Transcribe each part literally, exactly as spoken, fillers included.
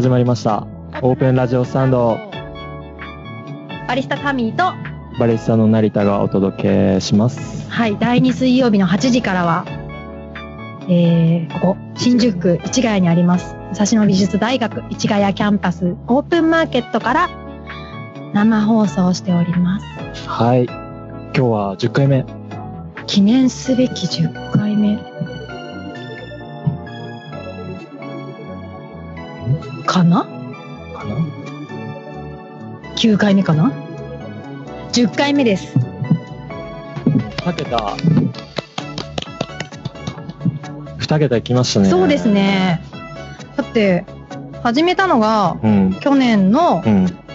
始まりました。オープンラジオスタンド。 バリスタタミーとバリスタの成田がお届けします。 はい、だいに水曜日のはちじからは、えー、ここ新宿区市ヶ谷にあります武蔵野美術大学市ヶ谷キャンパスオープンマーケットから生放送しております。 はい、今日はじゅっかいめ、 記念すべきじゅっかいめかなかなきゅうかいめかなじゅっかいめです。 にけたにけたいきましたね。 そうですね。だって始めたのが、 うん、 去年の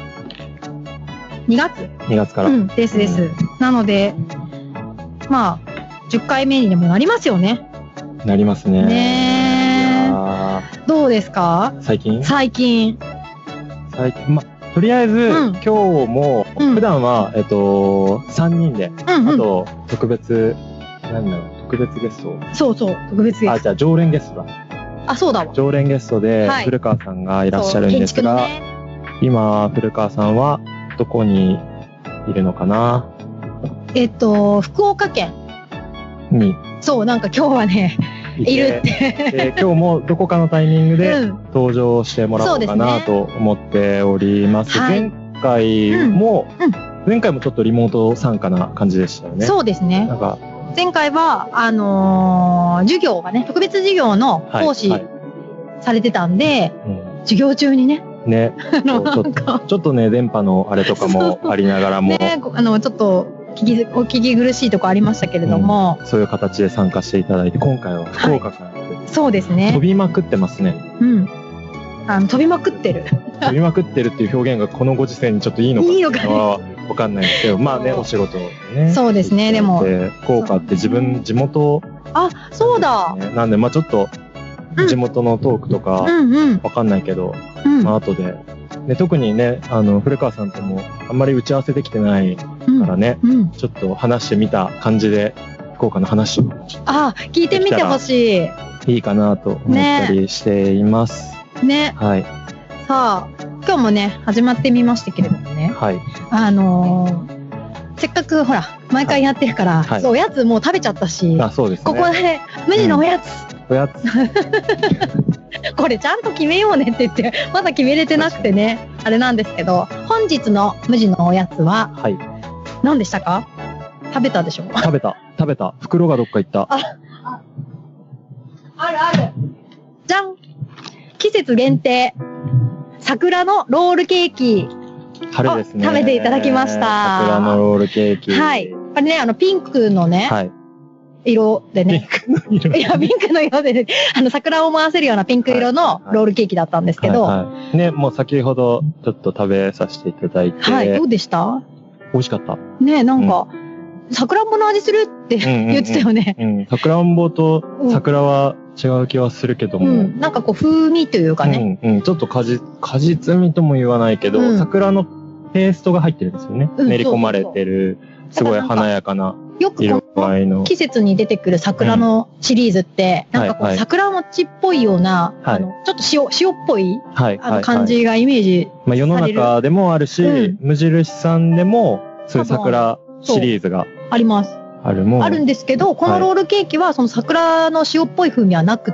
にがつ、 にがつから、 うん、ですです、うん、なのでまあじゅっかいめにでもなりますよね。 なりますね。 ねー、どうですか最近最近最近、ま、とりあえず、うん、今日も、うん、普段は、えっと、さんにんで、うんうん、あと特別なんだろう特別ゲスト、 そうそう特別ゲスト、 あ、じゃあ常連ゲストだ。 あ、そうだわ。 常連ゲストで、はい、古川さんがいらっしゃるんですが、ね、今古川さんはどこにいるのかな。 えっと福岡県に、そうなんか今日はねいるってで今日もどこかのタイミングで登場してもらおうかなと思っております。前回も、うんうん、前回もちょっとリモート参加な感じでしたよね。 そうですね。なんか前回はあのー、授業がね特別授業の講師されてたんで、はいはい、うん、授業中にねねちょっとちょっとね電波のあれとかもありながらもね、あのちょっと聞きお聞き苦しいとこありましたけれども、 うん、そういう形で参加していただいて今回は福岡から、はい、 そうですね、 飛びまくってますね。 うん、あの飛びまくってる飛びまくってるっていう表現がこのご時世にちょっといいのかっていうのは分かんないですけどまあねお仕事ね。 そうですね。でも福岡って自分地元、 あ、そうだ、 ね、なんでまあちょっと地元のトークとか分かんないけど、うんうん、まあ後でで特にねあの古川さんともあんまり打ち合わせできてないからね、うんうん、ちょっと話してみた感じで福岡の話をあ聞いてみてほしいいいかなと思ったりしていますね。 はい。 さあ今日もね始まってみましたけれどもね、 はい、 あのー、せっかくほら毎回やってるから、はい、そうおやつもう食べちゃったし、 あ、そうですね、 ここで無地のおやつ、 うん、おやつこれちゃんと決めようねって言ってまだ決めれてなくてねあれなんですけど、本日の無地のおやつは、はい、何でしたか？食べたでしょ？ 食べた食べた袋がどっか行った。 あ、あ、あるある、じゃん、季節限定桜のロールケーキ、 春ですね、 食べていただきました。 桜のロールケーキ、 はい、これねあのピンクのね、はい、色でね、 ピンクの色いやピンクの色で、ね、あの桜を回せるようなピンク色のロールケーキだったんですけど、はいはいはい、ね、もう先ほどちょっと食べさせていただいて、 はい、どうでした？ 美味しかったね。なんか、うん、桜んぼの味するって言ってたよね。 うんうんうん、桜んぼと桜は違う気はするけども、うん、 なんかこう風味というかね、 うんうん、ちょっと果実、果実味とも言わないけど、うん、桜のペーストが入ってるんですよね、うん、練り込まれてる、すごい華やかな色合いの。 季節に出てくる桜のシリーズって、うん、なんかこう、はいはい、桜餅っぽいような、はい、あのちょっと塩塩っぽい、はい、あの感じがイメージされる、 まあ、世の中でもあるし、うん、無印さんでもそういう桜シリーズがあります。 あるもあるんですけど、このロールケーキはその桜の塩っぽい風味はなくって、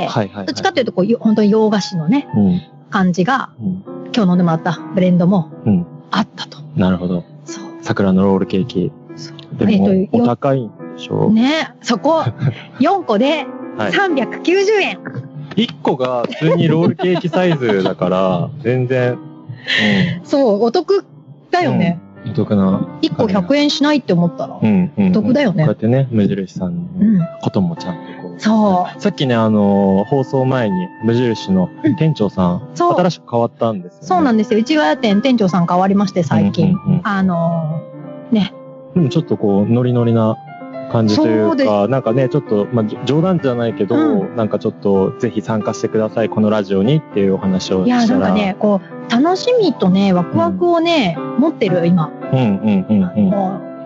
はいはいはい、どっちかというとこう本当に洋菓子のね、うん、感じが、うん、今日飲んでもらったブレンドもあったと。 うん、なるほど。そう。桜のロールケーキ。でも、えっと、お高いんでしょ？ ね、そこよんこでさんびゃくきゅうじゅうえん。はい、 いっこが普通にロールケーキサイズだから全然、うん、 そうお得だよね。 うんお得な。 いっこひゃくえんしないって思ったら、うんうんうん、お得だよね。 こうやってね、無印さんのこともちゃんとこう、うん、そう。さっきね、あのー、放送前に無印の店長さん、うん、新しく変わったんですよね。 そうなんですよ。市ヶ谷店店長さん変わりまして、最近。うんうんうん、あのー、ね。 でもちょっとこう、ノリノリな感じというか、なんかね、ちょっと、まあ、冗談じゃないけど、うん、なんかちょっと、ぜひ参加してください、このラジオにっていうお話をしたら。いや、 なんかね、こう、楽しみとね、ワクワクをね、うん、持ってる、今。 うんうんうんうん。もう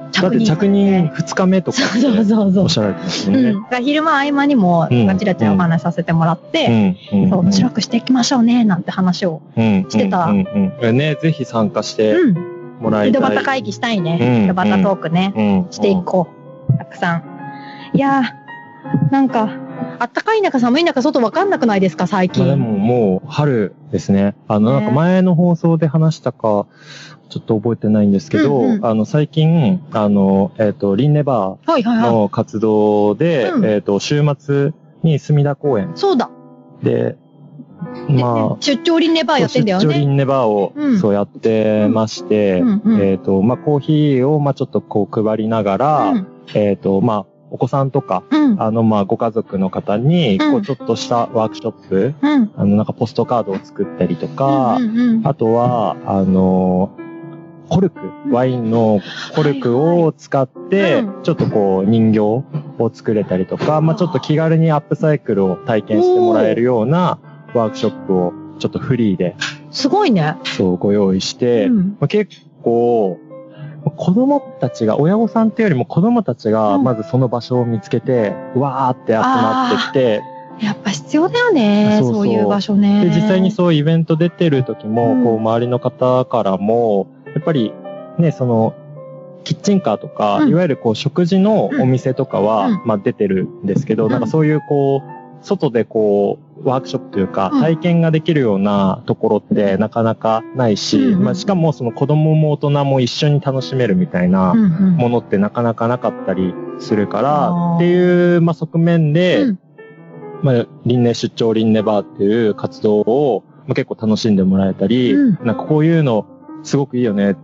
だって着任ふつかめとかっておっしゃられてますよね。 うん、昼間合間にもチラチラお話しさせてもらって、うんうん、そう面白くしていきましょうねなんて話をしてた。 うんうんうん、ねぜひ参加してもらいたい。 井戸端会議したいね。井戸端トークね、うん、していこう。たくさん。いやーなんかあったかい中寒い中外わかんなくないですか最近。 でももう春ですね。あの、ね、なんか前の放送で話したか。ちょっと覚えてないんですけど、うんうん、あの、最近、あの、えっ、ー、と、リンネバーの活動で、はいはいはい、えっ、ー、と、週末に墨田公園。 そうだ。 で、まあ、 出張リンネバーやってんだよね。 出張リンネバーを、そうやってまして、うんうん、えっ、ー、と、まあ、コーヒーを、まあ、ちょっとこう配りながら、うん、えっ、と、まあ、お子さんとか、うん、あの、まあ、ご家族の方に、こう、ちょっとしたワークショップ、うん、あの、なんかポストカードを作ったりとか、うんうんうん、あとは、あの、コルク、ワインのコルクを使って、ちょっとこう人形を作れたりとか、まあちょっと気軽にアップサイクルを体験してもらえるようなワークショップをちょっとフリーで。 すごいね。 そう、ご用意して、うん、まあ、結構、子供たちが、親御さんっていうよりも子供たちがまずその場所を見つけて、うん、わーって集まってきて、 やっぱ必要だよね。そうそう、そういう場所ね。 で、実際にそうイベント出てる時も、うん、こう周りの方からも、やっぱりね、その、キッチンカーとか、うん、いわゆるこう食事のお店とかは、うん、まあ出てるんですけど、うん、なんかそういうこう、外でこう、ワークショップというか、体験ができるようなところってなかなかないし、うん、まあしかもその子供も大人も一緒に楽しめるみたいなものってなかなかなかったりするから、うんうん、っていう、まあ側面で、うん、まあ、リンネ出張リンネバーっていう活動を、まあ、結構楽しんでもらえたり、うん、なんかこういうのすごくいいよねって、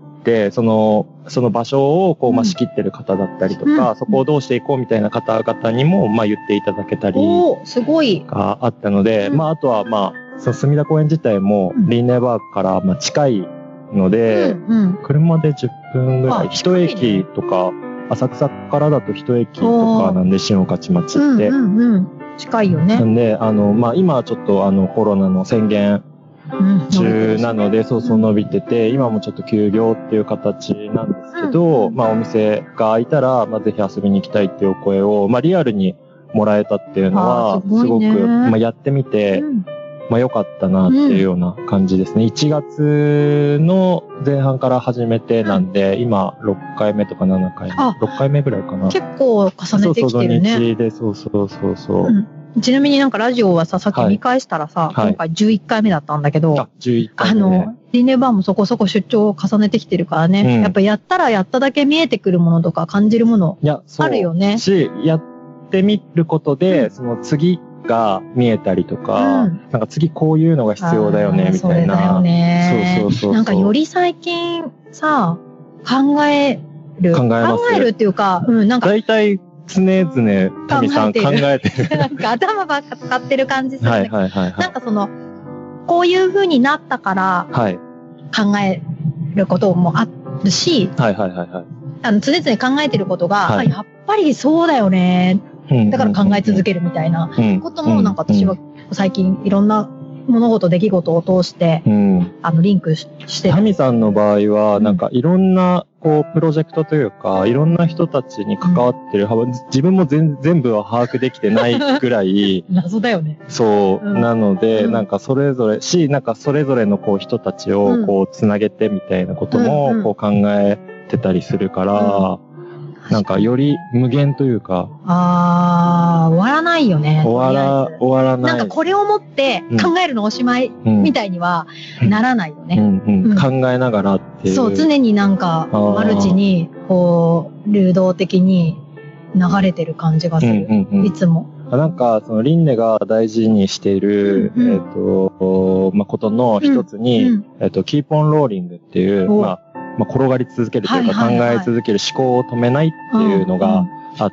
その、その場所をこう、まあ、仕切ってる方だったりとか、うん、そこをどうしていこうみたいな方々にも、まあ、言っていただけたり、 すごい。 があったので、うん、まあ、あとは、まあ、その墨田公園自体も、リンネバーから、まあ、近いので、うんうん、車でじゅっぷんぐらい、一駅とか、浅草からだと一駅とかなんで、新御徒町って。うんうんうん、 近いよね。 なんで、あの、まあ、今はちょっと、あの、コロナの宣言、中なので、そうそう伸びてて、今もちょっと休業っていう形なんですけど、まあお店が開いたら、まあぜひ遊びに行きたいっていうお声を、まあリアルにもらえたっていうのは、すごく、まあやってみて、まあ良かったなっていうような感じですね。いちがつの前半から始めてなんで、今ろっかいめとかななかいめ、ろっかいめぐらいかな。 結構重ねてきてるね。 そうそう、土日で、そうそうそうそう。 うんちなみになんかラジオはさ、さっき見返したらさ、はい、今回じゅういっかいめだったんだけど、 あ、じゅういっかいめ、 ね。あの、リンネバーもそこそこ出張を重ねてきてるからね、うん、やっぱやったらやっただけ見えてくるものとか感じるものあるよね。いや、 そうし、やってみることで、うん、その次が見えたりとか、うん、なんか次こういうのが必要だよね、みたいな。 そうだよね。 そうそうそうそう。 なんかより最近さ、考える。 考えます。 考えるっていうか、うん、なんか。 大体常々、タミさん考えてる。 なんか頭ばっか使ってる感じするんだけど、 はいはいはいはい、 なんかその、こういう風になったから、考えることもあるし、 はいはいはいはい、 あの常々考えてることが、はい、やっぱりそうだよね。だから考え続けるみたいなことも、なんか私は最近いろんな物事、出来事を通して、うん、あの、リンクしてる。 タミさんの場合は、なんかいろんな、こう、プロジェクトというか、いろんな人たちに関わってる、うん、自分も全全部は把握できてないぐらい。 謎だよね。 そう。うん、なので、うん、なんかそれぞれ、し、なんかそれぞれのこう人たちをこう、つなげてみたいなことも、こう考えてたりするから、うんなんかより無限というか。 ああ、終わらないよね。 終わら、終わらない。 なんかこれをもって考えるのおしまいみたいにはならないよね。 うんうんうん、考えながらっていう。 そう、常になんかマルチに、こう、流動的に流れてる感じがする。うんうんうん、いつも。 なんか、その、リンネが大事にしている、うんうん、えっ、と、まあ、ことの一つに、うんうん、えっ、と、キーポンローリングっていう、まあ、まあ、転がり続けるというか、考え続ける思考を止めないっていうのがあって、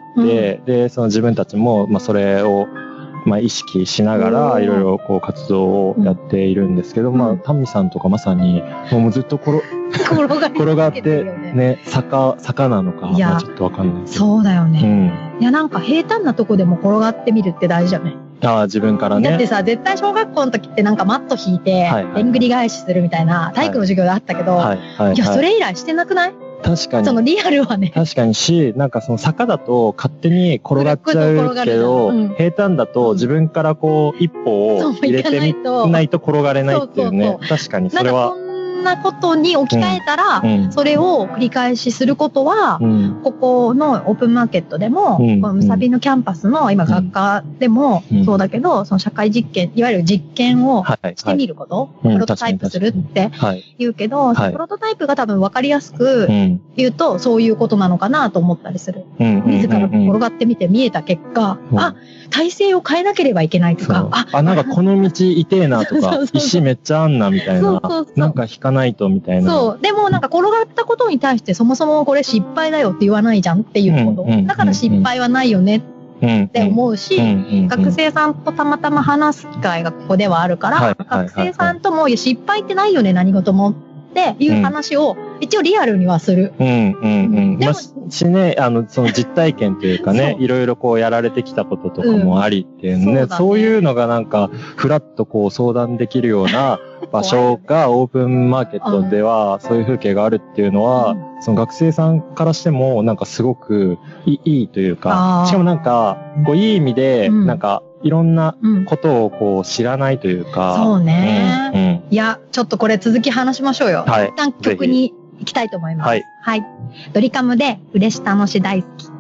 で、その自分たちも、まあ、それを、まあ、意識しながら、いろいろこう活動をやっているんですけど、まあ、タミさんとかまさに、もうずっと転、転がって、ね、坂、坂なのか、まあ、ちょっとわかんないけど。 そうだよね。いや、なんか平坦なとこでも転がってみるって大事じゃない？ ああ、自分からね。 だってさ、絶対小学校の時ってなんかマット引いて、でんぐり返しするみたいな体育の授業があったけど、いや、それ以来してなくない？ 確かに。 そのリアルはね。 確かにし、なんかその坂だと勝手に転がっちゃうけど、うん、平坦だと自分からこう一歩を入れてみないと転がれないっていうね。そうそうそう、確かにそれは。 そんなことに置き換えたら、うん、それを繰り返しすることは、うん、ここのオープンマーケットでも、うん、このムサビのキャンパスの今学科でもそうだけど、うん、その社会実験、いわゆる実験をしてみること、はいはい、プロトタイプするって言うけど、はい、プロトタイプが多分分かりやすく言うと、そういうことなのかなと思ったりする。うん、自ら転がってみて見えた結果、うん、あ、体勢を変えなければいけないとか、 あ、あ、なんかこの道痛えなとか、そうそうそう、石めっちゃあんなみたいな、そうそうそう、なんか引かないとみたいな。 そう。でもなんか転がったことに対してそもそもこれ失敗だよって言わないじゃんっていうこと。うんうんうんうん、だから失敗はないよねって思うし、うんうんうんうん、学生さんとたまたま話す機会がここではあるから、はいはいはいはい、学生さんとも失敗ってないよね、何事もっていう話を一応リアルにはする。 うんうんうん。でも、まあ、しね、あの、その実体験というかね、いろいろこうやられてきたこととかもありっていうね、うん、そうだね、そういうのがなんか、ふらっとこう相談できるような場所がオープンマーケットではそういう風景があるっていうのは、うん、その学生さんからしてもなんかすごくいいというか、しかもなんか、こういい意味で、なんか、いろんなことをこう知らないというか。 うん、そうね、うんうん。いや、ちょっとこれ続き話しましょうよ。はい。一旦曲に行きたいと思います。はい。はい。ドリカムで嬉し楽し大好き。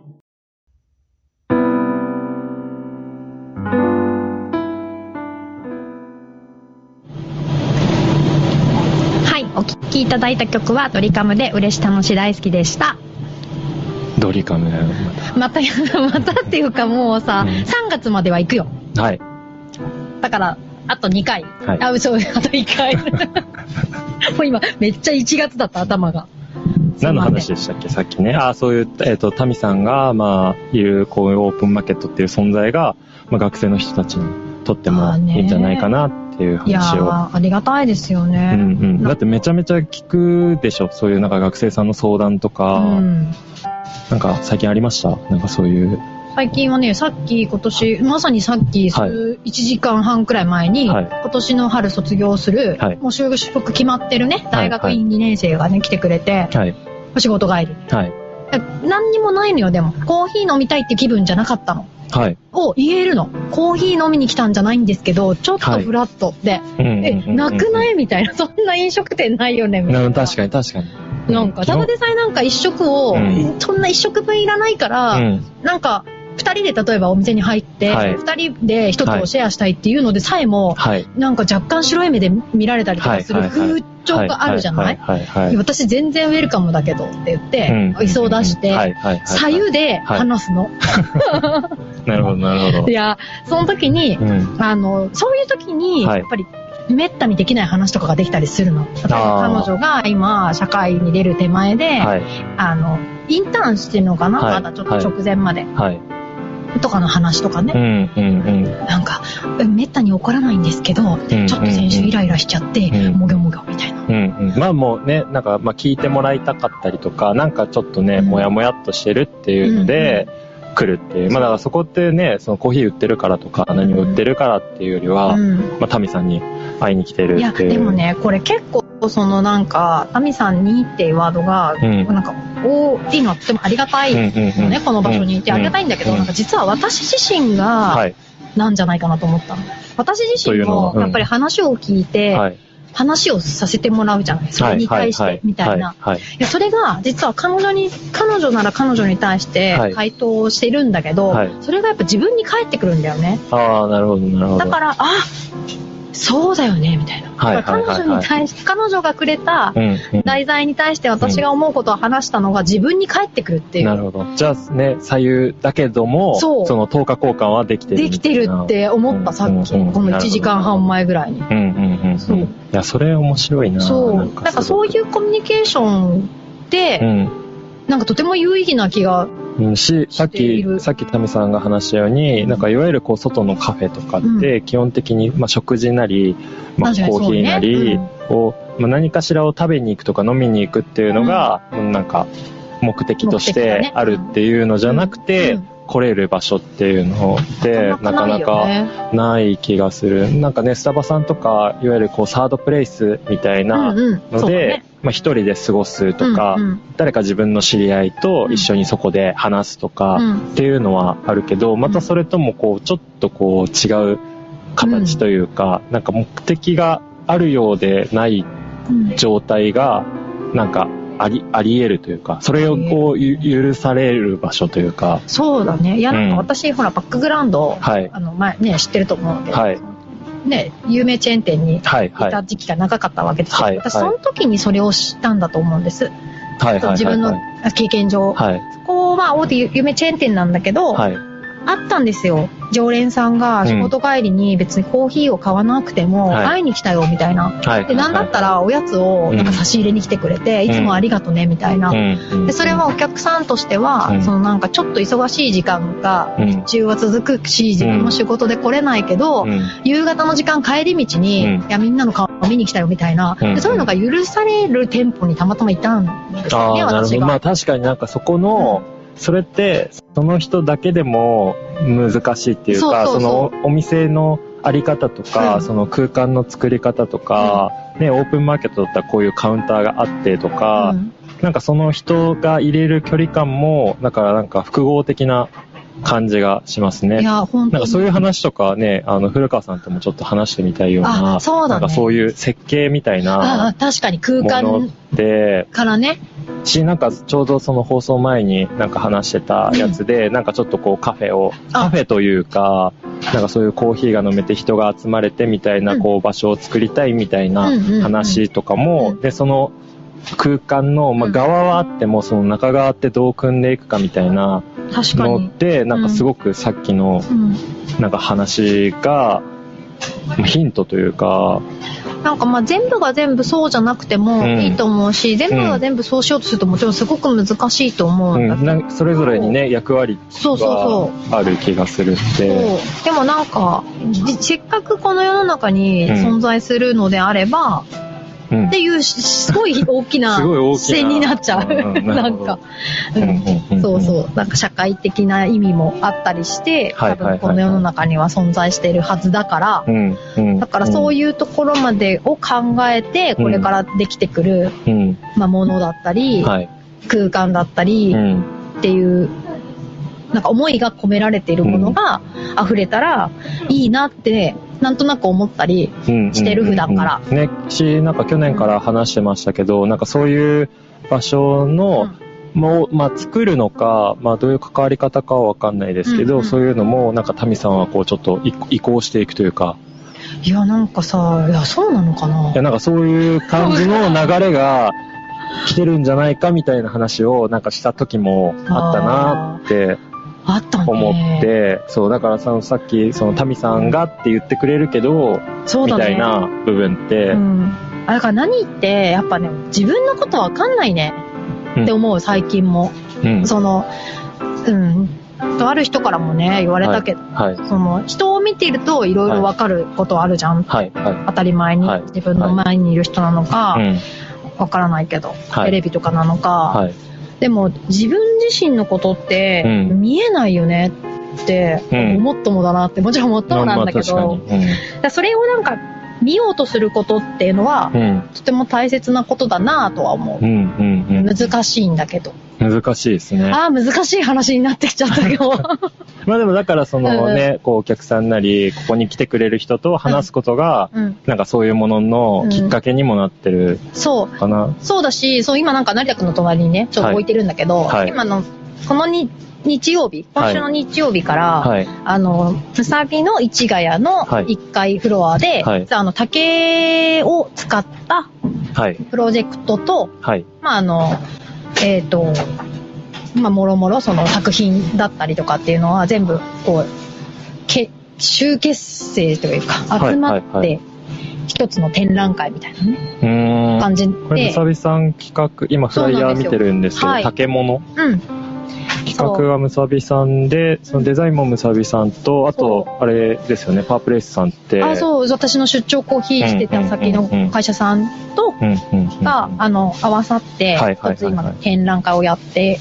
はい。お聴きいただいた曲はドリカムで嬉し楽し大好きでした。 ドリカムだよ。 また、またっていうかもうさ、うん、さんがつまでは行くよ。はい。だから、あとにかい。はい、あ、嘘、あといっかい。もう今、めっちゃいちがつだった、頭が。 何の話でしたっけ、さっきね。あ、そういう、えっと、タミさんが、まあ、言う、こういうオープンマーケットっていう存在が、まあ、学生の人たちにとってもいいんじゃないかなっていう話を。いやありがたいですよね。うんうん。だってめちゃめちゃ聞くでしょ、そういうなんか学生さんの相談とか。うん、なんか最近ありました？なんかそういう。 最近はね、さっき今年、まさにさっき、はい、いちじかんはんくらい前に、はい、今年の春卒業する、はい、もう就職決まってるね、大学院にねん生がね、来てくれて、はい、お仕事帰り。はい、何にもないのよ、でも。コーヒー飲みたいって気分じゃなかったの。はい。を言えるの。コーヒー飲みに来たんじゃないんですけど、ちょっとフラットで、はい、え、なくないみたいな、そんな飲食店ないよね、みたいな。 確かに確かに。 なんか、ただでさえなんか一食を、うん、そんな一食分いらないから、うん、なんか、二人で例えばお店に入って、はい、二人で一つをシェアしたいっていうのでさえも、はい、なんか若干白い目で見られたりとかする風潮があるじゃない？私全然ウェルカムだけどって言って、うん、椅子を出して、左右で話すの。 はい、なるほど、なるほど。 いや、その時に、うん、あの、そういう時に、やっぱり、めったにできない話とかができたりするの。例えば彼女が今、社会に出る手前で、はい、あの、インターンしてるのかな、はい、まだちょっと直前まで。はい、とかの話とかね。うんうんうん、なんか、めったに起こらないんですけど、うんうんうん、ちょっと先週イライラしちゃって、うん、もぎょもぎょみたいな。 うんうん、まあもうね、なんか、まあ聞いてもらいたかったりとか、なんかちょっとね、うん、もやもやっとしてるっていうので、うんうん、来るっていう。まあだからそこってね、そのコーヒー売ってるからとか、何を売ってるからっていうよりは、うん、まあタミさんに会いに来てるっていう。 いや、でもね、これ結構、そのなんか、タミさんにっていうワードが、うん、なんか、多いのはとてもありがたいのね、うんうんうん、この場所にいてありがたいんだけど、うん、なんか実は私自身が、なんじゃないかなと思ったの。私自身も、やっぱり話を聞いて、はい、話をさせてもらうじゃない、それに対して、みたいな。それが、実は彼女に、彼女なら彼女に対して回答をしてるんだけど、はい、それがやっぱ自分に返ってくるんだよね。 ああ、なるほど、なるほど。 だから、あ、そうだよねみたいな、はいはいはいはい、彼女に対して彼女がくれた題材に対して私が思うことを話したのが自分に返ってくるっていう、うん、 なるほど。じゃあね、左右だけどもその等価交換はできてるできてるって思った、さっき、うんうん、このいちじかんはん前ぐらいに、うんうんうん、 そう、いやそれ面白いな。 そう、なんかそういうコミュニケーションって、うん、なんかとても有意義な気がうん、し、さっき、さっきタミさんが話したように、うん、なんかいわゆるこう外のカフェとかって基本的に、まあ、食事なり、まあ、コーヒーなりを、まあ、何かしらを食べに行くとか飲みに行くっていうのが、うん、なんか目的としてあるっていうのじゃなくて、 来れる場所っていうので、なかなかない気がする。なんかね、スタバさんとか、いわゆるこう、サードプレイスみたいなので、まあ一人で過ごすとか、うんうん、誰か自分の知り合いと一緒にそこで話すとかっていうのはあるけど、またそれともこう、ちょっとこう、違う形というか、なんか目的があるようでない状態が、なんか、あり、あり得るというか、それをこう、許される場所というか。 そうだね。いや、なんか私、うん、ほら、バックグラウンド、はい、あの、前ね、知ってると思うんだけど、はい、ね、有名チェーン店にいた時期が長かったわけですよ。はいはい、私、その時にそれを知ったんだと思うんです。はいはいはいはい、自分の経験上。はい、そこは大手有名チェーン店なんだけど、はい、あったんですよ。常連さんが仕事帰りに別にコーヒーを買わなくても会いに来たよみたいな。はい、で、なんだったらおやつをなんか差し入れに来てくれて、うん、いつもありがとねみたいな。うん、で、それはお客さんとしては、うん、そのなんかちょっと忙しい時間が日中は続くし、自分も仕事で来れないけど、うん、夕方の時間帰り道に、うん、いやみんなの顔見に来たよみたいな、うん、でそういうのが許される店舗にたまたまいたんですよね、私が。 まあ確かになんかそこの、うんそれって、その人だけでも難しいっていうか、そうそうそうそのお店のあり方とか、うん、その空間の作り方とか、うん、ね、オープンマーケットだったらこういうカウンターがあってとか、うん、なんかその人が入れる距離感も、だからなんか複合的な感じがしますね。いや、本当に。なんかそういう話とかね、あの、古川さんともちょっと話してみたいような、そうだね、なんかそういう設計みたいな、 あ、確かに空間で、からね。 し、なんかちょうどその放送前になんか話してたやつで、うん、なんかちょっとこうカフェを、カフェというか、なんかそういうコーヒーが飲めて人が集まれてみたいなこう場所を作りたいみたいな話とかも、で、その空間の、まあ、側はあっても、その中側ってどう組んでいくかみたいなのって、なんかすごくさっきのなんか話がヒントというか、 なんかまあ全部が全部そうじゃなくてもいいと思うし、うん、全部が全部そうしようとするともちろんすごく難しいと思うんだけど、うん、 それぞれにね役割がある気がするって。 でもなんかせっかくこの世の中に存在するのであれば、うん、っていうすごい大きな視点になっちゃう。なんか、うん、そうそう、なんか社会的な意味もあったりして、多分この世の中には存在しているはずだから、だからそういうところまでを考えて、これからできてくる、まあ、ものだったり、はい、空間だったり、っていう、なんか思いが込められているものが溢れたらいいなって、なんとなく思ったりしてる普段から。 ね、し、なんか去年から話してましたけど、うん、なんかそういう場所の、うん、もう、まあ作るのか、まあどういう関わり方かはわかんないですけど、うんうん、そういうのもなんかタミさんはこうちょっと移行していくというか。 いや、なんかさ、いや、そうなのかな。 いや、なんかそういう感じの流れが来てるんじゃないかみたいな話をなんかした時もあったなって。 あったね。 思って、そう、だからそのさっき、そのタミさんがって言ってくれるけど、そうだね、みたいな部分って。うん。 あ、だから何って、やっぱね、自分のことわかんないね、うん、って思う、最近も。うん。その、うん。とある人からもね、言われたけど、はいはい、その、人を見ているといろいろわかることあるじゃん。はい。はい、当たり前に、はい、自分の前にいる人なのか、わからないけど、はい、テレビとかなのか、はい、でも自分自身のことって見えないよねって思っともだなって、もちろん思っともなんだけど、うん、それをなんか見ようとすることっていうのは、うん、とても大切なことだなとは思う、うんうんうん。難しいんだけど。 難しいですね。 ああ、難しい話になってきちゃったけど。 まあでもだからそのね、うん、こうお客さんなり、ここに来てくれる人と話すことが、うん、なんかそういうもののきっかけにもなってるかな。 うん、そう。そうだし、そう今なんか成田くんの隣にね、ちょっと置いてるんだけど、はい、今の、このに、日曜日、今週の日曜日から、はい、あの、むさびの市ヶ谷のいっかいフロアで、はい、あの、竹を使ったプロジェクトと、はい、まああの、えっと、まあ、もろもろその作品だったりとかっていうのは全部、こう、け、集結成というか、集まって、一つの展覧会みたいなね、感じで。 これ、むさびさん企画、今フライヤー見てるんですけど、はい、竹物。うん。企画はむさびさんで、そのデザインもむさびさんと、あと、あれですよね、パープレイスさんって。 あ、そう、私の出張コーヒーしてた先の会社さんと、が、あの、合わさって、一つ今展覧会をやって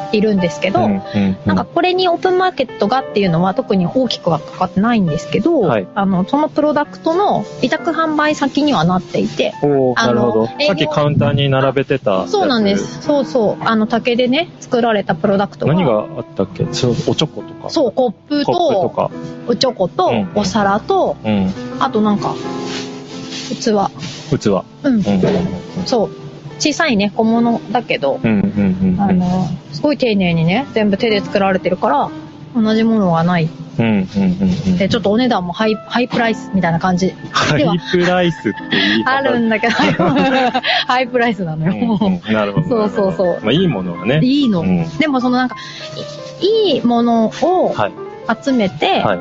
いるんですけど、うんうんうん、なんかこれにオープンマーケットがっていうのは特に大きくはかかってないんですけど、はい、あのそのプロダクトの委託販売先にはなっていて、 おなるほど。さっきカウンターに並べてた。 そうなんです。そうそう。あの竹でね作られたプロダクトが。 何があったっけ？おチョコとか。 そう、コップと、コップとかおチョコと、うん、お皿と、うん、あとなんか器。 器。 うん。うん、そう。小さいね小物だけど、うんうんうん、あのすごい丁寧にね全部手で作られてるから同じものがない、うんうんうんうん、でちょっとお値段もハイ、ハイプライスみたいな感じハイプライスって言い方あるんだけどハイプライスなのよ、 うんうん、なるほどそうそうそう、 まあ、いいものはねいいの、うん、でもそのなんかいいものを集めて、はい、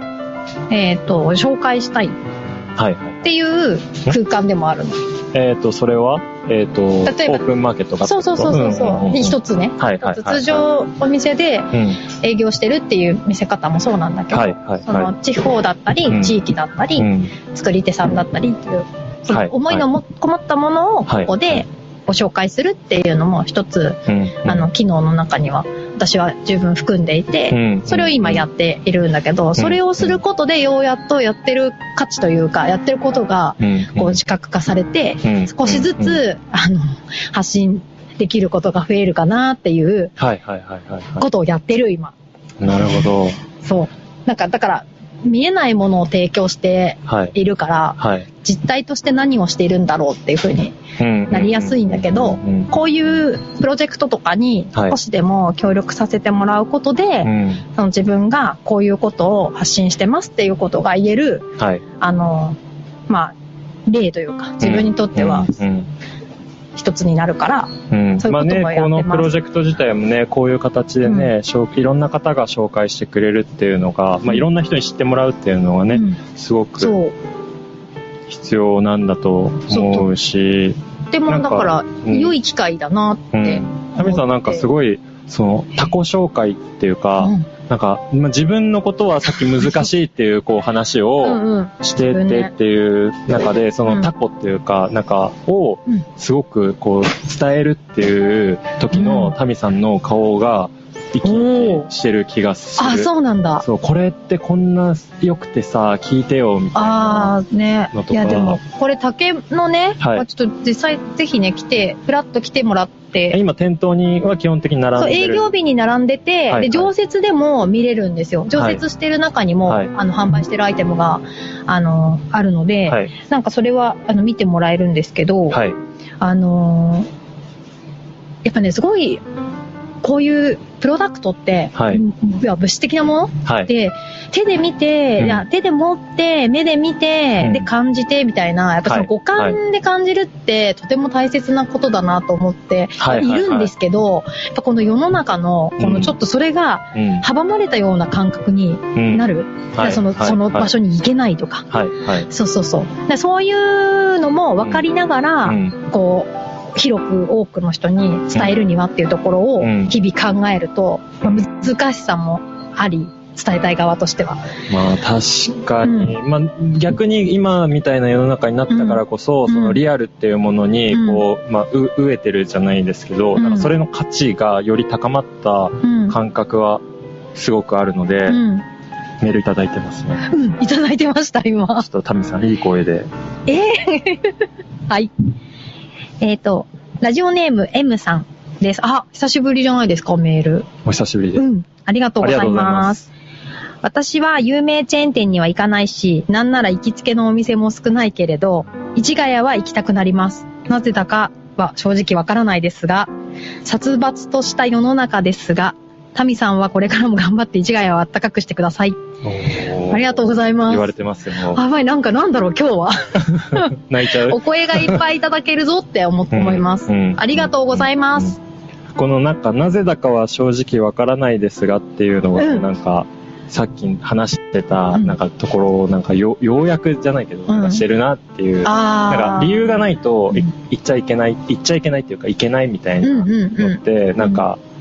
えっ、ー、と紹介したいっていう空間でもあるの。 えっ、ー、とそれはえっ、ー、と例えばオープンマーケットがそうそうそうそうそう、うんうんうん、一つね、はいはいはいはい、通常お店で営業してるっていう見せ方もそうなんだけど、はいはいはい、その地方だったり、うん、地域だったり、うん、作り手さんだったりっていうその思いのも、はい、こもったものをここでご紹介するっていうのも一つ、はいはい、あの機能の中には私は十分含んでいて、うん、それを今やっているんだけど、うん、それをすることでようやっとやってる価値というかやってることがこう視覚化されて、うん、少しずつあの発信できることが増えるかなっていうことをやってる今。 なるほど。 そうなんかだから見えないものを提供しているから、はいはい、実態として何をしているんだろうっていう風になりやすいんだけど、こういうプロジェクトとかに少しでも協力させてもらうことで、はい、その自分がこういうことを発信してますっていうことが言える、はい、あのまあ例というか自分にとっては、うんうん一つになるから、うん、そういうこともやってます。まあね、このプロジェクト自体もね、こういう形でね、うん、いろんな方が紹介してくれるっていうのが、まあいろんな人に知ってもらうっていうのがね、うん、すごく必要なんだと思うし。 でもだから、うん、良い機会だなって。 タミさんなんかすごい、その、他己紹介っていうか、うんなんか、まあ、自分のことはさっき難しいっていうこう話をしてってっていう中で、そのタコっていうか、なんかをすごくこう伝えるっていう時のタミさんの顔が生き生きしてる気がする。 あ、そうなんだ。 そう、これってこんな良くてさ、聞いてよみたいな。 あーね。いやでも、これ竹のね、はい、ちょっと実際ぜひね、来て、フラッと来てもらって、 今店頭には基本的に並んでる。 そう営業日に並んでて、はいはい、で常設でも見れるんですよ。常設してる中にも、はい、あの販売してるアイテムがあのあるので、はい、なんかそれはあの見てもらえるんですけど、はい、あのやっぱねすごいこういうプロダクトって、はい、物質的なもの、はい、で手で見て、うん、いや手で持って目で見て、うん、で感じてみたいなやっぱその五感で感じるって、はい、とても大切なことだなと思っているんですけど、はいはいはい、やっぱこの世の中のこのちょっとそれが阻まれたような感覚になる、うんはい、そのその場所に行けないとか、はいはい、そうそうそうでそういうのも分かりながら、うん、こう広く多くの人に伝えるにはっていうところを日々考えると、まあ、難しさもあり伝えたい側としてはまあ確かに、うんまあ、逆に今みたいな世の中になったからこそ、うん、そのリアルっていうものにこう、うんまあ、う飢えてるじゃないですけど、うん、なんかそれの価値がより高まった感覚はすごくあるので、うん、メールいただいてますね。 うん、いただいてました今。 ちょっとタミさんいい声で。 えー、はい。えっと、ラジオネーム M さんです。あ、久しぶりじゃないですか、メール。 お久しぶりです。 うん。ありがとうございます。私は有名チェーン店には行かないし、なんなら行きつけのお店も少ないけれど、市ヶ谷は行きたくなります。なぜだかは正直わからないですが、殺伐とした世の中ですが、タミさんはこれからも頑張って市ヶ谷をあったかくしてください。ありがとうございます。 言われてますよ。 やばい、なんかなんだろう今日は泣いちゃう。 お声がいっぱいいただけるぞって思って思います、うんうん、ありがとうございます、 うん、このなんかなぜだかは正直わからないですがっていうのが、うん、なんかさっき話してたなんかところをなんかよようやくじゃないけど、うん、してるなっていう、なんか理由がないと、うん、行っちゃいけない行っちゃいけないっていうか行けないみたいなのって、うんうんうん、なんか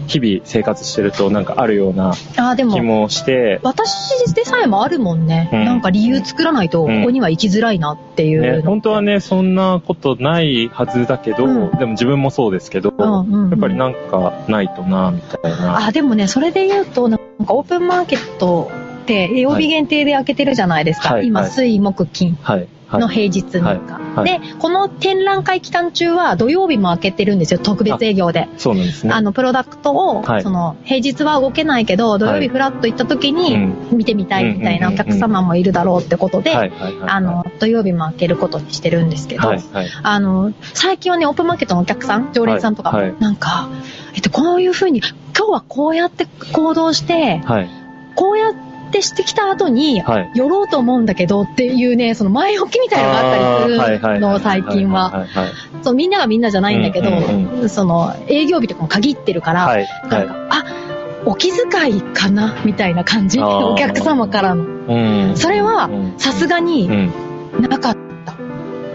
日々生活してるとなんかあるような気もして、 私でさえもあるもんね、うん、なんか理由作らないとここには行きづらいなっていう、 うんね、本当はねそんなことないはずだけど、うん、でも自分もそうですけど、うんうんうん、やっぱりなんかないとなみたいな。 あでもねそれで言うとなんかオープンマーケットって曜日限定で開けてるじゃないですか、はい、今、はい、水木金の平日にか、はいはいはい、でこの展覧会期間中は土曜日も開けてるんですよ、特別営業で。 そうなんですね。 あのプロダクトを、はい、その平日は動けないけど土曜日フラッと行った時に見てみたいみたいなお客様もいるだろうってことで、あの土曜日も開けることにしてるんですけど、はいはい、あの最近はねオープンマーケットのお客さん常連さんとか、はいはい、なんか、えっと、こういう風に今日はこうやって行動して、はい、こうやってってしてきた後に寄ろうと思うんだけどっていうね、その前置きみたいなのがあったりするの最近は。そうみんながみんなじゃないんだけど、うんうん、その営業日とかも限ってるから、はい、なんか、はい、あお気遣いかなみたいな感じお客様からの、うん、それはさすがになかった、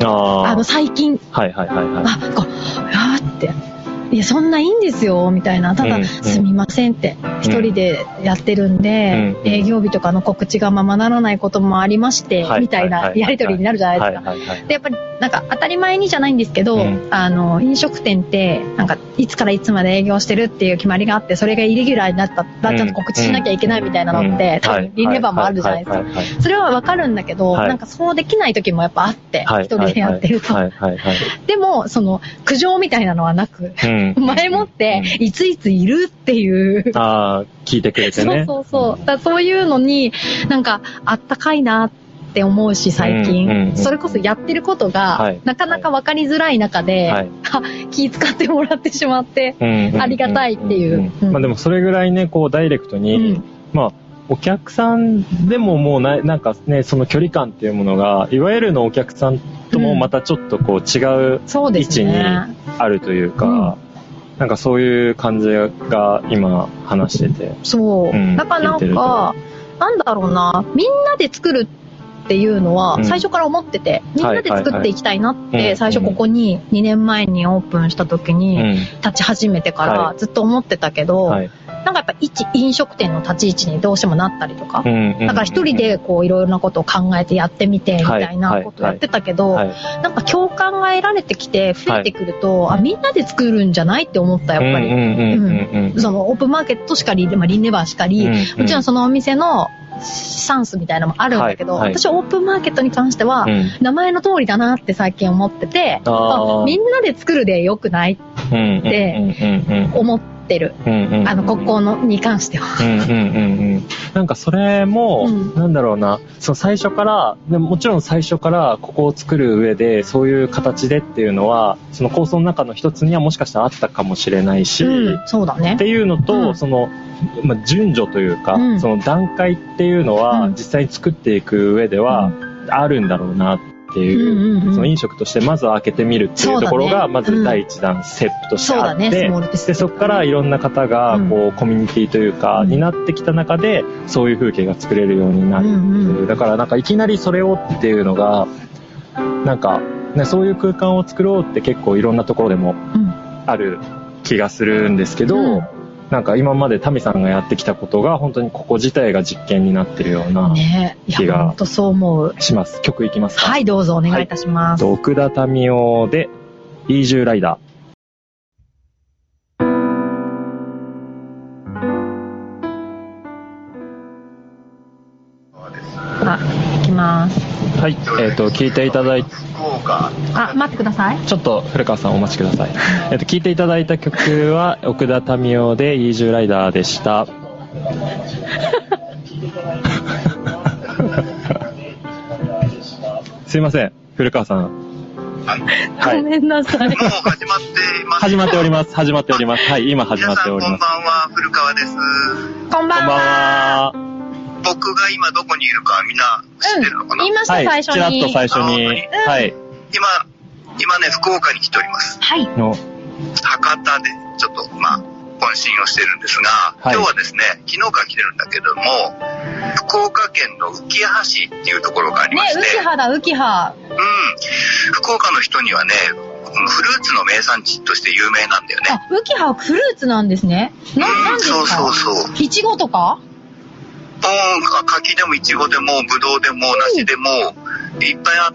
うん、あの最近、はいはいはいはい、あこうあーっていやそんないいんですよみたいな、ただ、うんうん、すみませんって一人でやってるんで、うん、営業日とかの告知がままならないこともありまして、はい、みたいなやり取りになるじゃないですか、はいはいはい、でやっぱりなんか当たり前にじゃないんですけど、うん、あの飲食店ってなんかいつからいつまで営業してるっていう決まりがあって、それがイレギュラーになったらちゃんと告知しなきゃいけないみたいなのって、うん、多分リンレバーもあるじゃないですか、それはわかるんだけど、はい、なんかそうできない時もやっぱあって、はい、一人でやってると、はいはいはい、でもその苦情みたいなのはなく、うん前もっていついついるっていう、 ああ聞いてくれてね。 そうそうそう、だそういうのになんかあったかいなって思うし最近、うんうんうん、それこそやってることが、はい、なかなか分かりづらい中で、はい、気遣ってもらってしまって、うん、ありがたいっていう、 まあでもそれぐらいねこうダイレクトに、うん、まあお客さんでももうななんかねその距離感っていうものがいわゆるのお客さんともまたちょっとこう違う位置にあるというか、うんうんなんかそういう感じが今話してて。 そう。うん、だからなんか、なんだろうな、みんなで作るっていうのは最初から思ってて、うん、みんなで作っていきたいなって最初ここににねんまえにオープンした時に立ち始めてからずっと思ってたけど、はいはいなんかやっぱ一飲食店の立ち位置にどうしてもなったりとか、うんうんうん、だから一人でこういろいろなことを考えてやってみてみたいなことをやってたけど、はいはいはい、なんか共感が得られてきて増えてくると、はい、あみんなで作るんじゃないって思ったやっぱり、そのオープンマーケットしかり、まあ、リンネバーしかり、うんうん、もちろんそのお店のスタンスみたいなのもあるんだけど、はいはい、私はオープンマーケットに関しては、うん、名前の通りだなって最近思ってて、あみんなで作るでよくないって思っててる、うんうんうん、あの国交のに関しては、うんうんうんうん、 なんかそれも、うん、なんだろうなその最初からでも、もちろん最初からここを作る上でそういう形でっていうのはその構想の中の一つにはもしかしたらあったかもしれないし、うん、 そうだねっていうのと、うん、その、まあ、順序というか、うん、その段階っていうのは、うん、実際に作っていく上ではあるんだろうなっていう、うんうんうん、その飲食としてまずは開けてみるっていうところがまず第一弾ステップとしてあって、うん、でそこからいろんな方がこうコミュニティというか、うん、になってきた中でそういう風景が作れるようになる、うんうん、だからなんかいきなりそれをっていうのがなんか、ね、そういう空間を作ろうって結構いろんなところでもある気がするんですけど、うんなんか今までタミさんがやってきたことが本当にここ自体が実験になってるような気がします。曲いきますか？ はいどうぞお願いいたします。 はい、奥田民生でイージューライダー。 あ、いきます。 はい、えっと聞いていただいてあ、待ってください。 ちょっと古川さんお待ちください。えっと聞いていただいた曲は奥田民生でイージューライダーでした。すいません、古川さん。 はい。 ごめんなさい。もう始まっています。 始まっております。始まっております。はい、今始まっております。 皆さんこんばんは、古川です。 こんばんは。こんばんは。 僕が今どこにいるかみんな知ってるのかな？ うん、言いました、はい、最初に。 ちらっと最初に。はい。 今、今ね、福岡に来ております。 はい。 の博多でちょっと、まあ、懇親をしてるんですが、はい、今日はですね、昨日から来てるんだけども、福岡県の浮羽市っていうところがありまして。 ね、浮羽だ、浮羽。 うん。福岡の人にはね、 フルーツの名産地として有名なんだよね。 あ、ウキハはフルーツなんですね。な、なんですか？ そうそうそう。 いちごとか？ うん、柿でもいちごでもぶどうでも梨でもいっぱいあって、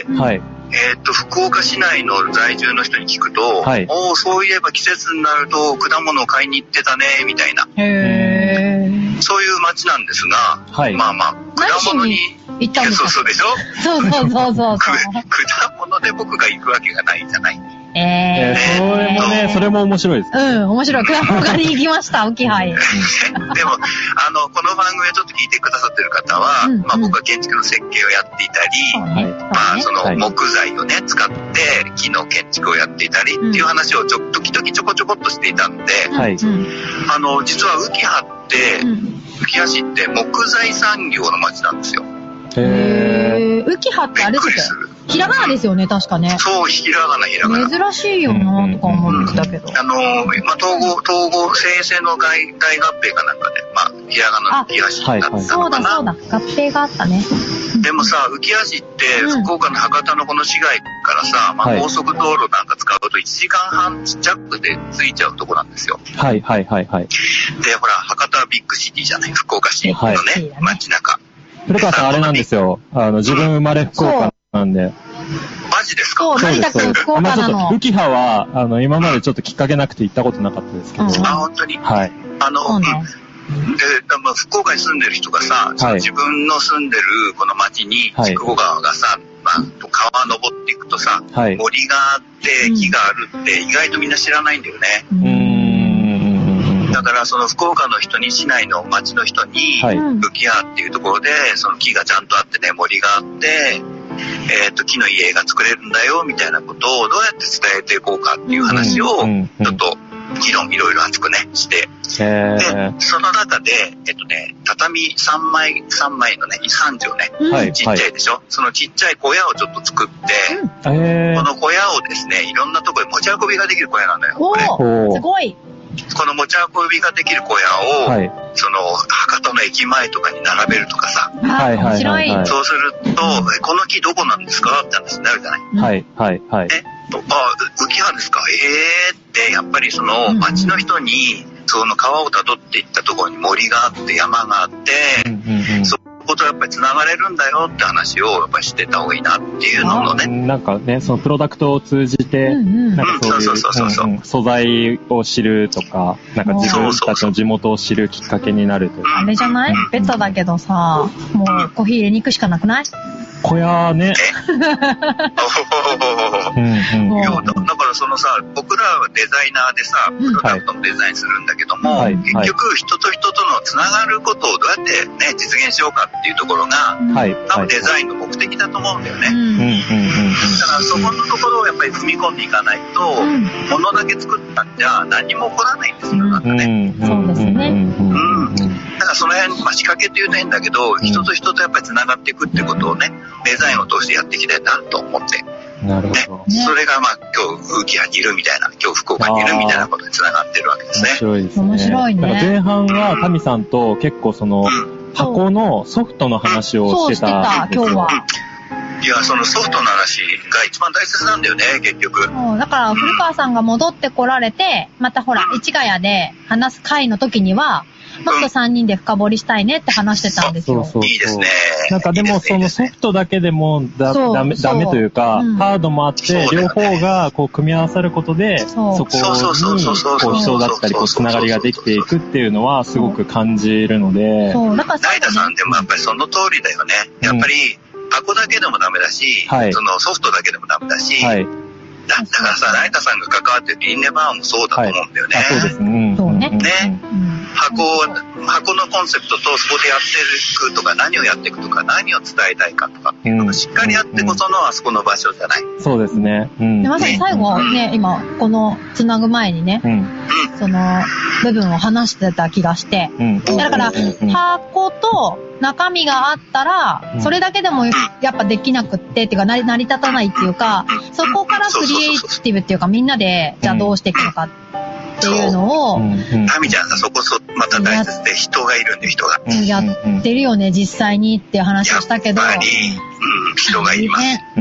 はい。 えっと、福岡市内の在住の人に聞くと、はい、おー、そういえば季節になると果物を買いに行ってたね、みたいな。 へー。 そういう街なんですが、はい、まあまあ、果物に行ったんですか？ そうそうでしょ？ そうそうそうそう。 果物で僕が行くわけがないんじゃない？ えー、 えー、それもね、それも面白いです。 うん、面白い。果物狩りに行きました、ウキハイ。でも、 あの、この番組をちょっと聞いてくださってる方は、うんうん、まあ僕は建築の設計をやっていたり、ね、まあその木材をね、使って木の建築をやっていたりっていう話をちょ、時々ちょこちょこっとしていたんで、はい、あの、実はウキハって、うん、ウキハ市って木材産業の町なんですよ。 へー。ウキハってあれですか？ひらがなですよね、確かね。 そう、ひらがな、ひらがな。 珍しいよなとか思ってたけど。 うん、あの、まあ、統合、統合、生成の大合併かなんかで、まあ、ひらがなの浮き橋だったのかな。 そうだそうだ、合併があったね。 でもさ、浮き橋って、福岡の博多のこの市街からさ、まあ、高速道路なんか使うといちじかんはん弱で着いちゃうとこなんですよ。 はいはいはいはい。 で、ほら、博多はビッグシティじゃない、福岡市のね、はい、街中。 古川さん、あれなんですよ。あの、自分生まれ福岡なんで。 マジですか？ そう、成田くん福岡なの。 ウキハは、あの、今までちょっときっかけなくて行ったことなかったですけど。うん、 あ、本当に？ はい。 あの、ね、うん。で、まあ、福岡に住んでる人がさ、はい、自分の住んでるこの町に、筑後川がさ、まあ、川登っていくとさ、はい、森があって木があるって意外とみんな知らないんだよね。うん、だからその福岡の人に、市内の町の人に、はい、浮き葉っていうところでその木がちゃんとあってね、森があって、えっと、木の家が作れるんだよみたいなことをどうやって伝えていこうかっていう話をちょっと議論いろいろ熱くねして、でその中でえっとね畳さんまいさんまいのねさん畳ね、うん、ちっちゃいでしょ、はい、そのちっちゃい小屋をちょっと作って、うん、この小屋をですねいろんなところに持ち運びができる小屋なんだよ。 おー、すごい。 この持ち運びができる小屋を、はい、その博多の駅前とかに並べるとかさ、 はい面白い。 そうすると、この木どこなんですかって話になるじゃない。 はいはいはい。 えと、あ、浮き葉ですか。えーってやっぱりその町の人に、その川をたどっていったところに森があって山があって、うんうんうん、そことやっぱりつながれるんだよって話をやっぱりしてた方がいいなっていうののね。 なんかね、そのプロダクトを通じて、うんうん、なんかそういう、そうそうそうそう、うんうん、素材を知るとか、なんか自分たちの地元を知るきっかけになるというか。 あれじゃない？ベタだけどさ、もうコーヒー入れに行くしかなくない？ 小屋ね。 うんうん、いや、だからそのさ、僕らはデザイナーでさ、プロダクトのデザインするんだけども、はい、結局人と人とのつながることをどうやってね、実現しようかっていうところが、はい、多分デザインの目的だと思うんだよね。うんうんうんうん、だからそこのところをやっぱり踏み込んでいかないと、うん、物だけ作ったんじゃ何も起こらないんですよ、なんかね。 うん、そうですね。うん。 だからその辺、まあ、仕掛けって言うと変だけど、人と人とやっぱりつながっていくってことをね、デザインを通してやっていきたいなと思って。 なるほど。 ね、それがまあ今日浮き葉にいるみたいな、今日福岡にいるみたいなことにつながってるわけですね。 面白いですね。 面白いね。 だから前半はタミさんと結構その、うん、箱のソフトの話をしてた。 そうしてた、今日は。 いや、そのソフトの話が一番大切なんだよね、結局。 そう、だから古川さんが戻ってこられて、またほら、市ヶ谷で話す会の時には、もっとさんにんで深掘りしたいねって話してたんですよ。 そうそうそう。 いいですね。 なんかでもそのソフトだけでもだダメ、ダメというか、うん、ハードもあって、両方がこう組み合わさることで、そこにこう人だったりこうつながりができていくっていうのはすごく感じるので。 そう、だから成田さんでもやっぱりその通りだよね。やっぱり箱だけでもダメだし、うん、そのソフトだけでもダメだし、はい、だ, だからさ、成田さんが関わってるリンネバーもそうだと思うんだよね。はい、 そうですね。 そうね。 ね。箱箱のコンセプトとそこでやっていくとか何をやっていくとか何を伝えたいかとかっていうのがしっかりやってこそのあそこの場所じゃない。 そうですね。うん、 でまさに最後ね、うん、今このつなぐ前にね、うん、その部分を話してた気がして、うん、だから、うん、箱と中身があったら、うん、それだけでもやっぱできなくってっていうか成り成り立たないっていうか、そこからクリエイティブっていうかみんなでじゃあどうしていくのかっていうのを、 タミちゃんさ、そこそまた大切で人がいるんで人が。 やってるよね、実際にっていう話をしたけど。 やっぱり、う人がいます。 うん。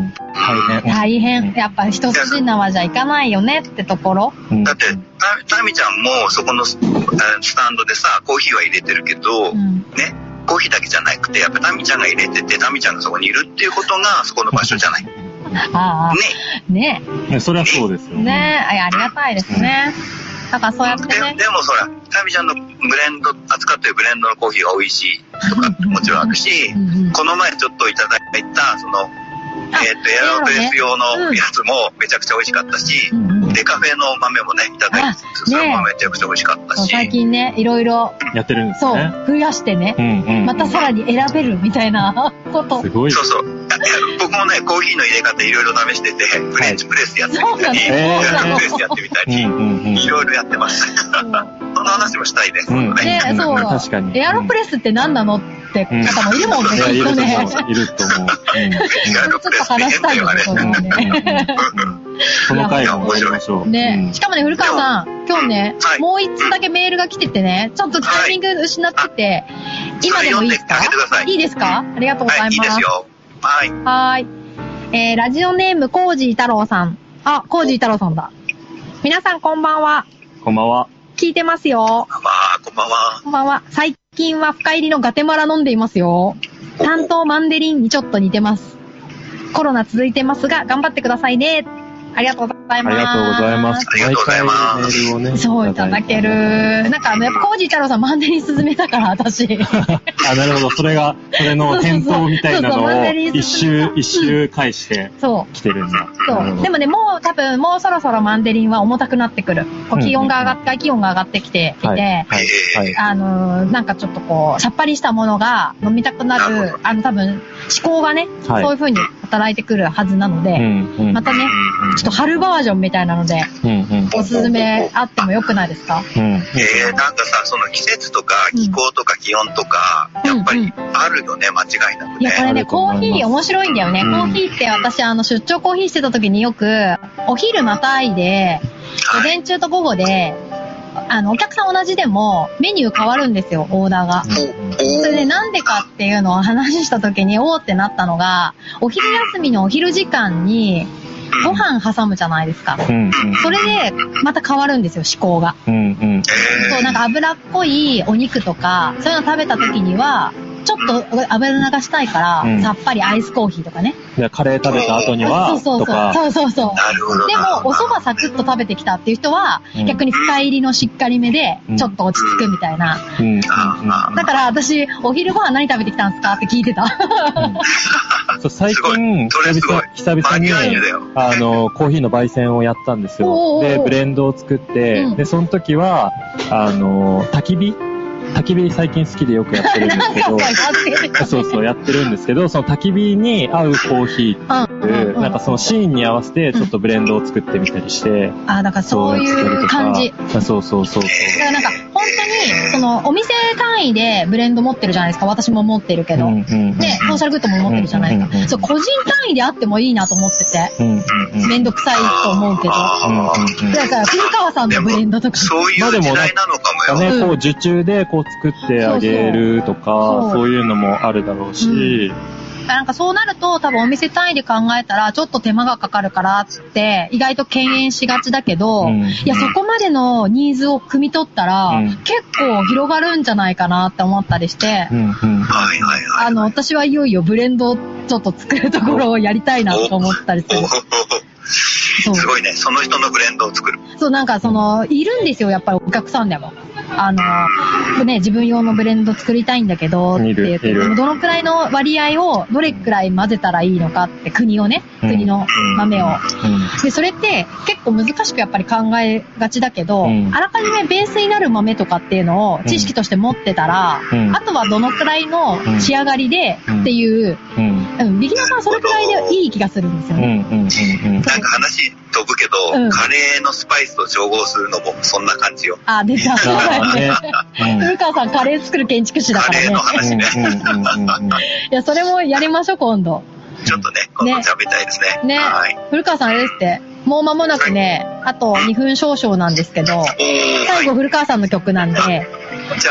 大変。大変。やっぱ一筋縄じゃいかないよねってところ。 だって、タミちゃんもそこのスタンドでさ、コーヒーは入れてるけど、うん、ね、コーヒーだけじゃなくて、やっぱタミちゃんが入れてて、タミちゃんがそこにいるっていうことが、そこの場所じゃない。 ああ。ね。 ね。そりゃそうですよね。 ね。ありがたいですね。だからそうやってね。 で, でもそら、タミちゃんのブレンド、扱ってるブレンドのコーヒーが美味しいとかもちろんあるし、この前ちょっといただいた、その、えっ、ー、と、エアロプレス用のやつもめちゃくちゃ美味しかったし、うん、デカフェの豆もね、いただいて、それもめちゃくちゃ美味しかったし。 最近ね、いろいろ。 やってるんですね。 そう、増やしてね、うんうん、またさらに選べるみたいなこと。 すごい。 そうそう。僕もね、コーヒーの入れ方いろいろ試してて、フレンチプレスやってみたり、エアロプレスやってみたり、いろいろやってます。その話もしたいです。 ね、そう。確かに。エアロプレスって何なのって方もいるもんね、きっとね。 いると思う。 エアロプレスって話したいよね、これね。 この回もやりましょう。 ね、しかもね、古川さん、今日ね、もう一つだけメールが来ててね、ちょっとタイミング失ってて、今でもいいですか？いいですか？ありがとうございます。いいですよ。 はい。 はい。えー、ラジオネーム、コージー太郎さん。あ、コージー太郎さんだ。皆さんこんばんは。 こんばんは。 聞いてますよ。 こんばんは。こんばんは。 こんばんは。最近は深入りのガテマラ飲んでいますよ。担当マンデリンにちょっと似てます。コロナ続いてますが、頑張ってくださいね。ありがとうございます。 ありがとうございます。 ありがとうございます。 メールをね。 そう、いただける。なんかあの、やっぱコージー太郎さんマンデリン勧めたから、私。 あ、なるほど。それが、それの返答みたいなのを、一周、一周返して、来てるんだ。 そう。でもね、もう多分、もうそろそろマンデリンは重たくなってくる。こう気温が上がって、外気温が上がってきていて、あの、なんかちょっとこう、さっぱりしたものが飲みたくなる、あの、多分、思考がね、そういう風に働いてくるはずなので、またね、ちょっと春バージョンみたいなので、おすすめあってもよくないですか？ えー、なんかさ、その季節とか気候とか気温とか、やっぱりあるよね、間違いなくね。 いや、これね、コーヒー面白いんだよね。コーヒーって私、あの、出張コーヒーしてた時によく、お昼またいで、午前中と午後で、あの、お客さん同じでも、メニュー変わるんですよ、オーダーが。それでなんでかっていうのを話した時に、おーってなったのが、お昼休みのお昼時間に、ご飯挟むじゃないですか。うんうん、それで、また変わるんですよ、思考が。うんうん、そう、なんか脂っこいお肉とか、そういうの食べた時には、ちょっと油流したいから、うん、さっぱりアイスコーヒーとかね。 でカレー食べた後には、 そうそうそう。そうそうそう。 なるほど。 でも、お蕎麦サクッと食べてきたっていう人は、うん、逆に深入りのしっかりめで、ちょっと落ち着くみたいな。うんうん、だから私、お昼ご飯何食べてきたんですかって聞いてた。 うん、そう最近、久々に、あの、コーヒーの焙煎をやったんですよ。で、ブレンドを作って、うん、で、その時は、あの、焚き火焚き火最近好きでよくやってるんですけど、そうそうやってるんですけど、その焚き火に合うコーヒーっていう、なんかそのシーンに合わせてちょっとブレンドを作ってみたりして、 あ、だからそういう感じ。 そうそうそうそう。だからなんか本当にそのお店単位でブレンド持ってるじゃないですか。私も持ってるけど、でソーシャルグッドも持ってるじゃないですか。そう個人単位であってもいいなと思ってて、めんどくさいと思うけど、だから古川さんのブレンドとか、 そういう時代なのかもよ。 ね、こう受注でこう作ってあげるとか、そうそう、そういうのもあるだろうし、 うん、なんかそうなると多分お店単位で考えたらちょっと手間がかかるからって意外と敬遠しがちだけど、うん、いやそこまでのニーズを汲み取ったら、うん、結構広がるんじゃないかなって思ったりして、うんうん、あの私はいよいよブレンドをちょっと作るところをやりたいなと思ったりする。 すごいね、その人のブレンドを作る。 そう、なんかそのいるんですよ、やっぱりお客さんでも。あの、ね、自分用のブレンド作りたいんだけど、って言って、どのくらいの割合をどれくらい混ぜたらいいのかって、国をね、国の豆を。で、それって結構難しくやっぱり考えがちだけど、あらかじめベースになる豆とかっていうのを知識として持ってたら、あとはどのくらいの仕上がりでっていう、うん、ビギナーさんそれくらいでいい気がするんですよね。 なんか話飛ぶけど、うん、カレーのスパイスと調合するのもそんな感じよ。 あ、出た。古川さんカレー作る建築士だからね。 カレーの話ね。 いや、それもやりましょう、今度。 ちょっとね、今度食べたいですね。 ね。はい、古川さんあれですって、もう間もなくね、はい、あとにふん少々なんですけど、最後古川さんの曲なんで。 じゃあ、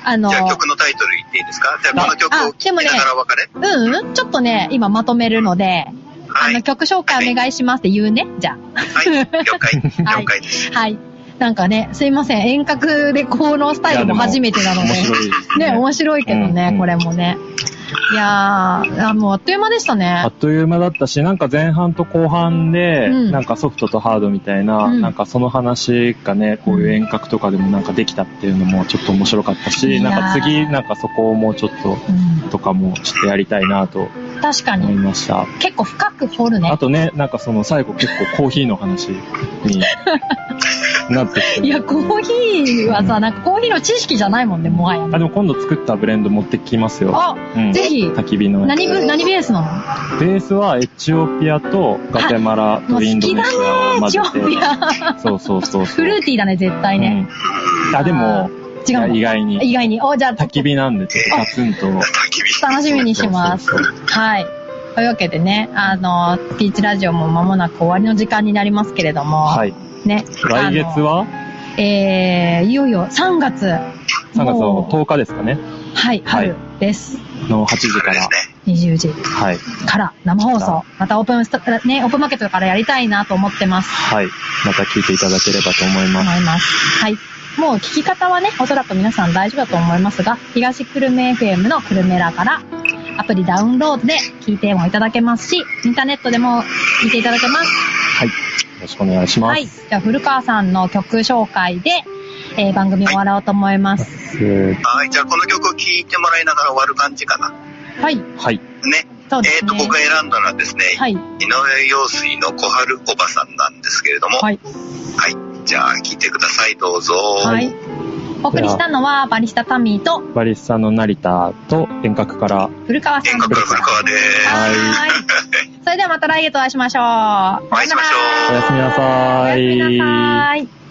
あの、 じゃあ曲のタイトル言っていいですか？じゃあこの曲を聴きながらお別れ？ うん、ちょっとね、今まとめるので、はい、あの、曲紹介お願いしますって言うね、じゃあ。 はい、了解、了解です。 はい。はいなんかね、すいません。遠隔でこのスタイルも初めてなので。 面白いですね。 ね、面白いけどね、うんうん、これもね。いやー、あもうあっという間でしたね。 あっという間だったし、なんか前半と後半で、うん、なんかソフトとハードみたいな、うん、なんかその話がね、こういう遠隔とかでもなんかできたっていうのもちょっと面白かったし、なんか次、なんかそこをもうちょっと、うん、とかもちょっとやりたいなと。 確かに。 思いました。 結構深く掘るね。 あとね、なんかその最後結構コーヒーの話になってきて。 いや、コーヒーはさ、なんかコーヒーの知識じゃないもんね、もはや、ね。 あ、でも今度作ったブレンド持ってきますよ。 あ、うん、ぜひ。 焚き火の。 何ぶ、何ベースなの？ ベースはエチオピアとガテマラとインドネシアを混ぜて。エチオピア。そうそうそうそう。 フルーティーだね、絶対ね。 うん、あ、でも、 違う意外に。 意外に。お、じゃあ。 焚き火なんで、ちょっとガツンと。 楽しみにします。はい。というわけでね、あの、スピーチラジオも間もなく終わりの時間になりますけれども。 はい。 ね。 来月はえー、いよいよさんがつ。 さんがつのとおかですかね。 はい、春です。 のはちじから。 にじゅうじ。 はい。 から生放送。またオープンスタ、ね、オープンマーケットからやりたいなと思ってます。 はい。また聞いていただければと思います。 思います。はい。もう聞き方はね、おそらく皆さん大丈夫だと思いますが、東久留米 エフエム の久留米らからアプリダウンロードで聞いてもいただけますし、インターネットでも見ていただけます。 はい。よろしくお願いします。はい。じゃあ、古川さんの曲紹介で、えー、番組終わろうと思います。 はい、はい。じゃあ、この曲を聴いてもらいながら終わる感じかな。 はい。 はい。 ね。 そうですね。 えっと、僕が選んだのはですね、はい。井上陽水の小春おばさんなんですけれども、はい。はい。じゃあ、聴いてください、どうぞ。 はい。お送りしたのは、バリスタタミーと、 バリスタの成田と、遠隔から、 古川さん。 遠隔から古川です。 はい。それではまた来月お会いしましょう。 お会いしましょう。 おやすみなさい。 おやすみなさい。